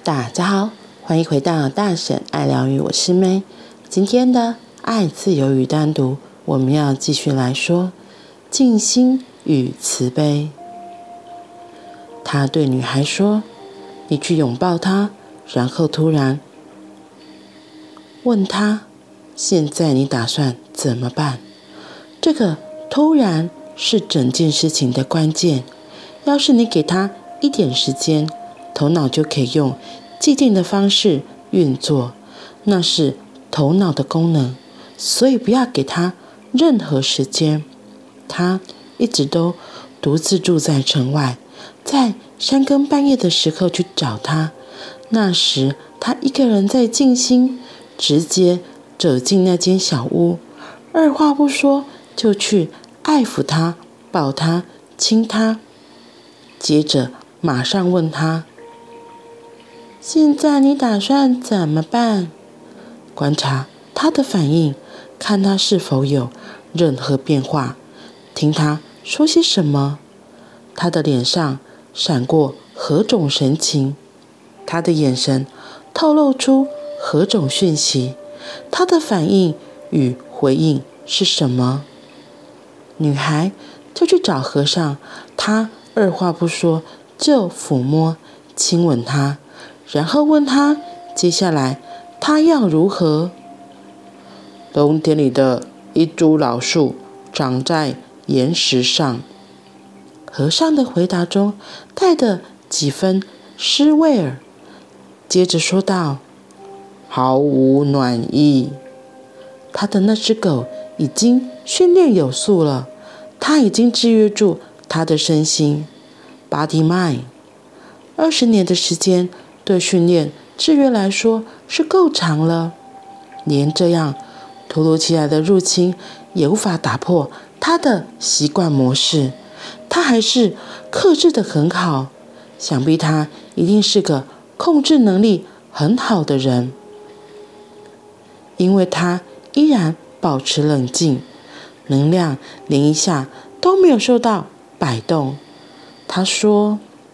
大家好，欢迎回到大婶爱疗愈，我是May。今天的爱、自由与单独，我们要继续来说静心与慈悲。他对女孩说：“你去拥抱他。”然后突然问他：“现在你打算怎么办？”这个突然是整件事情的关键。要是你给他一点时间，头脑就可以用既定的方式运作，那是头脑的功能，所以不要给他任何时间。他一直都独自住在城外，在三更半夜的时候去找他，那时他一个人在静心，直接走进那间小屋，二话不说就去爱抚他，抱他，亲他，接着马上问他：“现在你打算怎么办？”观察他的反应，看他是否有任何变化，听他说些什么。他的脸上闪过何种神情，他的眼神透露出何种讯息，他的反应与回应是什么。女孩就去找和尚，他二话不说就抚摸亲吻他，然后问他接下来他要如何。冬天里的一株老树长在岩石上。和尚的回答中带着几分诗味儿，接着说道：“毫无暖意。”他的那只狗已经训练有素了，他已经制约住他的身心。Body Mind 20年的时间对训练制约来说是够长了，连这样突如其来的入侵也无法打破他的习惯模式，他还是克制得很好，想必他一定是个控制能力很好的人，因为他依然保持冷静，能量连一下都没有受到摆动。他说：“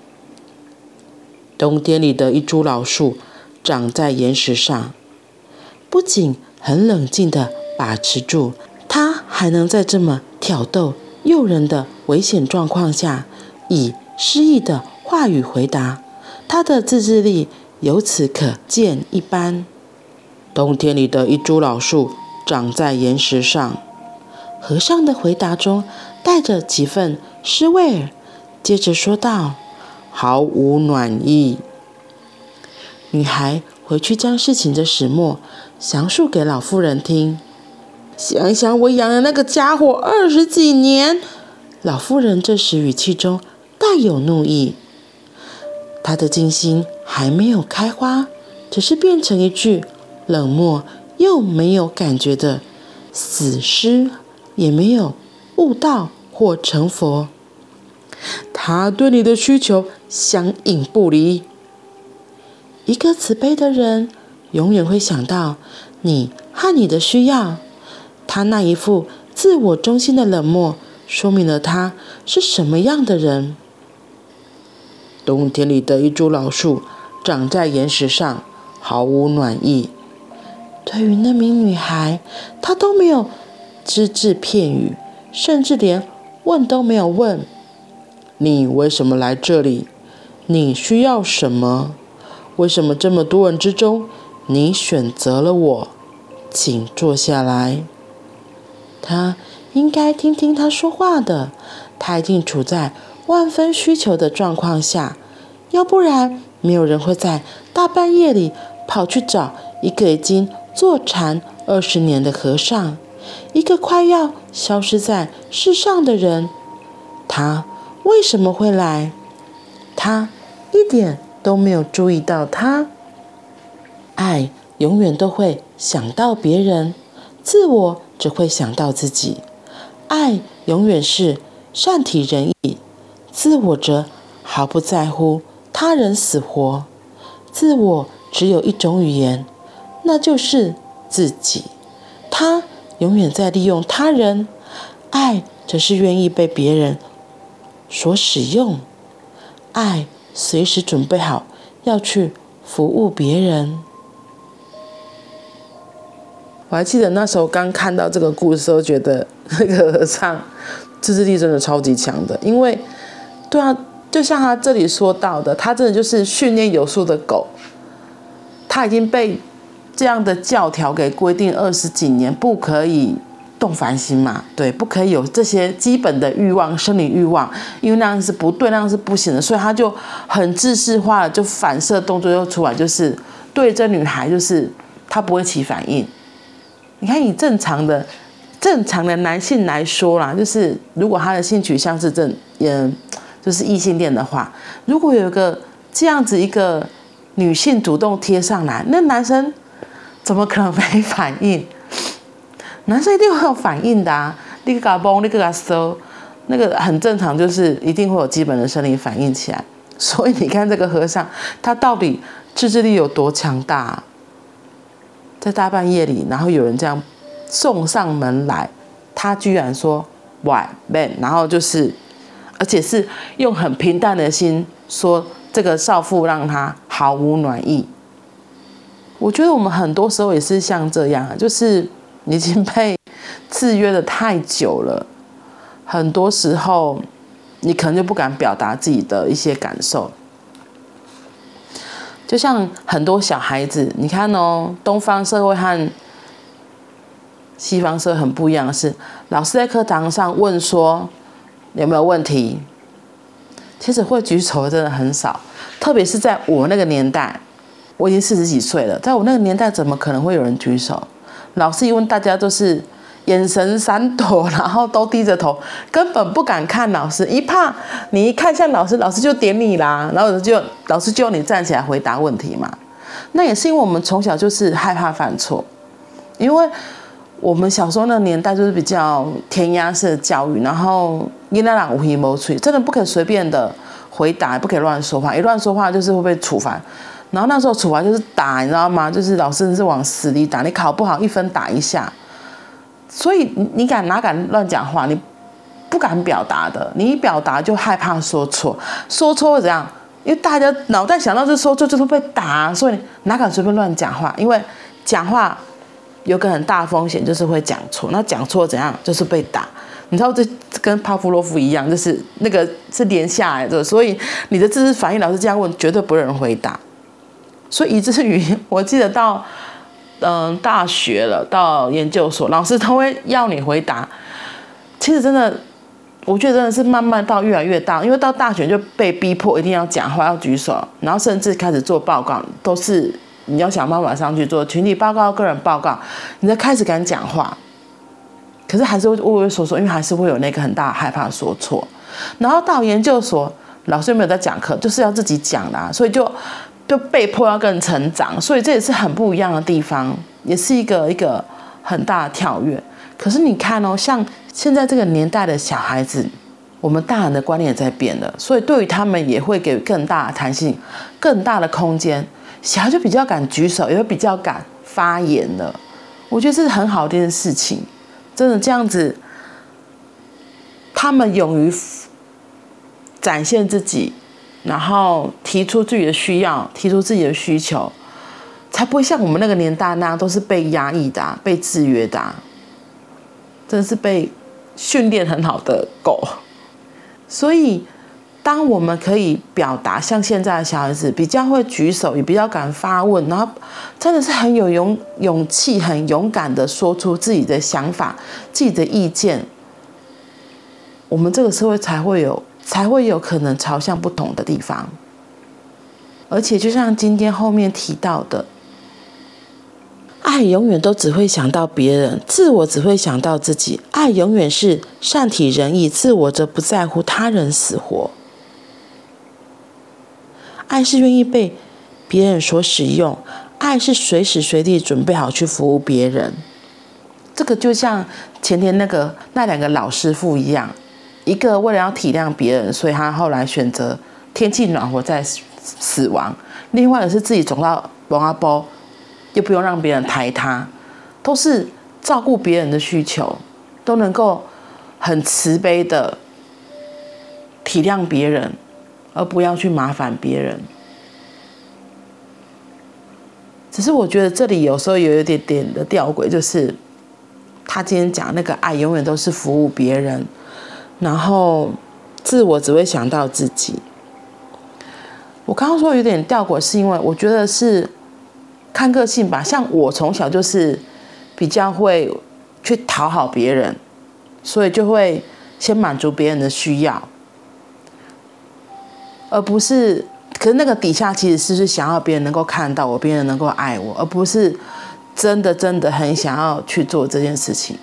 冬天里的一株老树长在岩石上。”不仅很冷静地把持住，他还能在这么挑逗诱人的危险状况下，以诗意的话语回答，他的自制力由此可见一斑。冬天里的一株老树长在岩石上。和尚的回答中带着几分诗味儿，接着说道：“毫无暖意。”女孩回去将事情的始末详述给老妇人听。想想我养了那个家伙20几年，老妇人这时语气中带有怒意。她的静心还没有开花，只是变成一句冷漠又没有感觉的死诗，也没有悟道或成佛。他对你的需求相应不离。一个慈悲的人永远会想到你和你的需要。他那一副自我中心的冷漠，说明了他是什么样的人。冬天里的一株老树长在岩石上，毫无暖意。对于那名女孩，他都没有只字片语，甚至连问都没有问：“你为什么来这里？你需要什么？为什么这么多人之中，你选择了我？请坐下来。”他应该听听他说话的，他一定处在万分需求的状况下，要不然没有人会在大半夜里跑去找一个已经坐禅20年的和尚，一个快要消失在世上的人。他为什么会来？他一点都没有注意到他。爱永远都会想到别人，自我只会想到自己。爱永远是善体人意，自我则毫不在乎他人死活。自我只有一种语言，那就是自己。他永远在利用他人，爱则是愿意被别人所使用。爱随时准备好要去服务别人。我还记得那时候刚看到这个故事的时候，觉得那个和尚自制力真的超级强的，因为对啊，就像他这里说到的，他真的就是训练有素的狗，他已经被这样的教条给规定20几年，不可以动凡心嘛，对，不可以有这些基本的欲望，生理欲望，因为那样是不对，那样是不行的，所以他就很制式化的就反射动作就出来，就是对这女孩，就是他不会起反应。你看，以正常的男性来说啦，就是如果他的性取向是就是异性恋的话，如果有一个这样子一个女性主动贴上来，那男生怎么可能没反应？男生一定会有反应的啊！你给他蹦，你给他收，那个很正常，就是一定会有基本的生理反应起来。所以你看这个和尚，他到底自制力有多强大啊？在大半夜里，然后有人这样送上门来，他居然说 "Why man"， 然后就是，而且是用很平淡的心说这个少妇让他毫无暖意。我觉得我们很多时候也是像这样，就是已经被制约的太久了，很多时候你可能就不敢表达自己的一些感受。就像很多小孩子，你看哦，东方社会和西方社会很不一样的是，老师在课堂上问说有没有问题，其实会举手的真的很少，特别是在我那个年代，我已经40几岁了，在我那个年代怎么可能会有人举手？老师一问，大家都是眼神闪躲，然后都低着头，根本不敢看老师，一怕你一看向老师，老师就点你啦，然后老师就要你站起来回答问题嘛。那也是因为我们从小就是害怕犯错，因为我们小时候那个年代就是比较填鸭式的教育，然后囡仔人有耳没嘴，真的不可以随便的回答，也不可以乱说话，一乱说话就是会被处罚。然后那时候处罚就是打，你知道吗？就是老师是往死里打，你考不好1分打一下。所以你哪敢乱讲话？你不敢表达的，你一表达就害怕说错，说错会怎样？因为大家脑袋想到是说错就会被打，所以你哪敢随便乱讲话？因为讲话有个很大风险，就是会讲错。那讲错怎样？就是被打。你知道这跟帕夫洛夫一样，就是那个是连下来的，所以你的知识反应，老师这样问，绝对不会有人回答。所以以至于我记得到大学了，到研究所，老师都会要你回答。其实真的，我觉得真的是慢慢到越来越大，因为到大学就被逼迫一定要讲话，要举手，然后甚至开始做报告，都是你要想办法上去做群体报告、个人报告，你才开始敢讲话。可是还是会畏畏缩缩，因为还是会有那个很大的害怕说错。然后到研究所，老师又没有在讲课，就是要自己讲啦，所以就被迫要更成长，所以这也是很不一样的地方，也是一个很大的跳跃。可是你看哦，像现在这个年代的小孩子，我们大人的观念也在变了，所以对于他们也会给更大的弹性、更大的空间，小孩就比较敢举手，也会比较敢发言了。我觉得这是很好的一件事情，真的这样子，他们勇于展现自己。然后提出自己的需要，提出自己的需求，才不会像我们那个年代那样都是被压抑的被制约的真的是被训练很好的狗。所以当我们可以表达，像现在的小孩子比较会举手，也比较敢发问，然后真的是很有勇气，很勇敢的说出自己的想法、自己的意见，我们这个社会才会有可能朝向不同的地方。而且就像今天后面提到的，爱永远都只会想到别人，自我只会想到自己。爱永远是善体人意，自我则不在乎他人死活。爱是愿意被别人所使用，爱是随时随地准备好去服务别人。这个就像前天那2个老师傅一样，一个为了要体谅别人，所以他后来选择天气暖和再死亡；另外的是自己走到往阿波，又不用让别人抬他，都是照顾别人的需求，都能够很慈悲的体谅别人，而不要去麻烦别人。 只是我觉得这里有时候有一点点的吊诡，就是他今天讲那个爱永远都是服务别人，然后自我只会想到自己。我刚刚说有点吊诡，是因为我觉得是看个性吧。像我从小就是比较会去讨好别人，所以就会先满足别人的需要，而不是，可是那个底下其实是想要别人能够看到我，别人能够爱我，而不是真的很想要去做这件事情。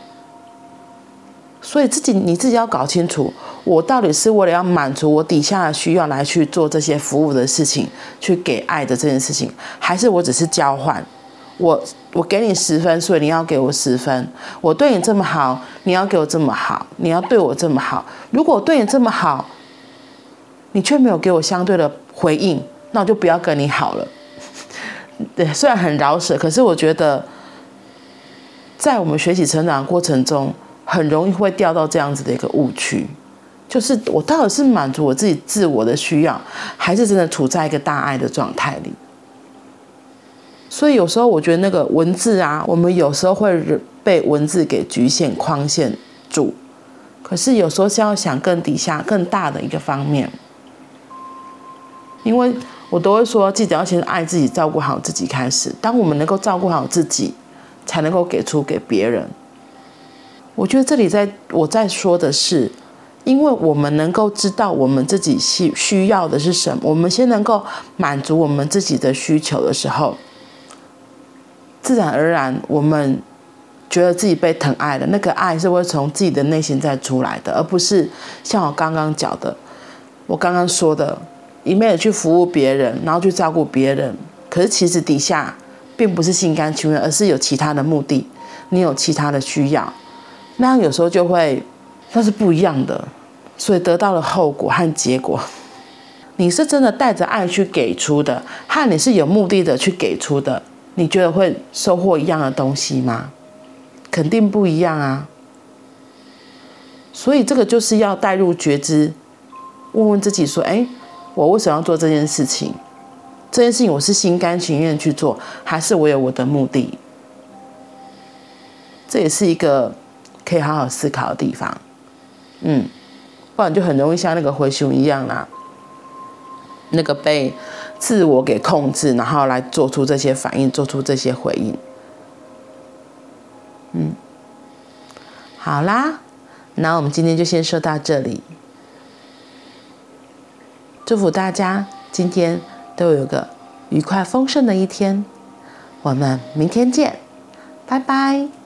所以你自己要搞清楚，我到底是为了要满足我底下的需要来去做这些服务的事情，去给爱的这件事情，还是我只是交换？我给你10分，所以你要给我10分。我对你这么好，你要给我这么好，你要对我这么好。如果我对你这么好，你却没有给我相对的回应，那我就不要跟你好了。对，虽然很饶舌，可是我觉得在我们学习成长的过程中，很容易会掉到这样子的一个误区，就是我到底是满足我自己自我的需要，还是真的处在一个大爱的状态里？所以有时候我觉得那个文字啊，我们有时候会被文字给局限框限住，可是有时候是要想更底下更大的一个方面。因为我都会说，记得要先爱自己，照顾好自己开始。当我们能够照顾好自己，才能够给别人。我觉得这里我在说的是，因为我们能够知道我们自己需要的是什么，我们先能够满足我们自己的需求的时候，自然而然我们觉得自己被疼爱了，那个爱是会从自己的内心再出来的，而不是像我刚刚讲的，我刚刚说的，一昧的去服务别人，然后去照顾别人，可是其实底下并不是心甘情愿，而是有其他的目的，你有其他的需要，那样有时候就会，那是不一样的，所以得到的后果和结果，你是真的带着爱去给出的，和你是有目的的去给出的，你觉得会收获一样的东西吗？肯定不一样啊。所以这个就是要带入觉知，问问自己说，我为什么要做这件事情？这件事情我是心甘情愿去做，还是我有我的目的？这也是一个可以好好思考的地方。不然就很容易像那个灰熊一样啦，那个被自我给控制，然后来做出这些反应，做出这些回应。好啦，那我们今天就先说到这里。祝福大家今天都有个愉快丰盛的一天，我们明天见，拜拜。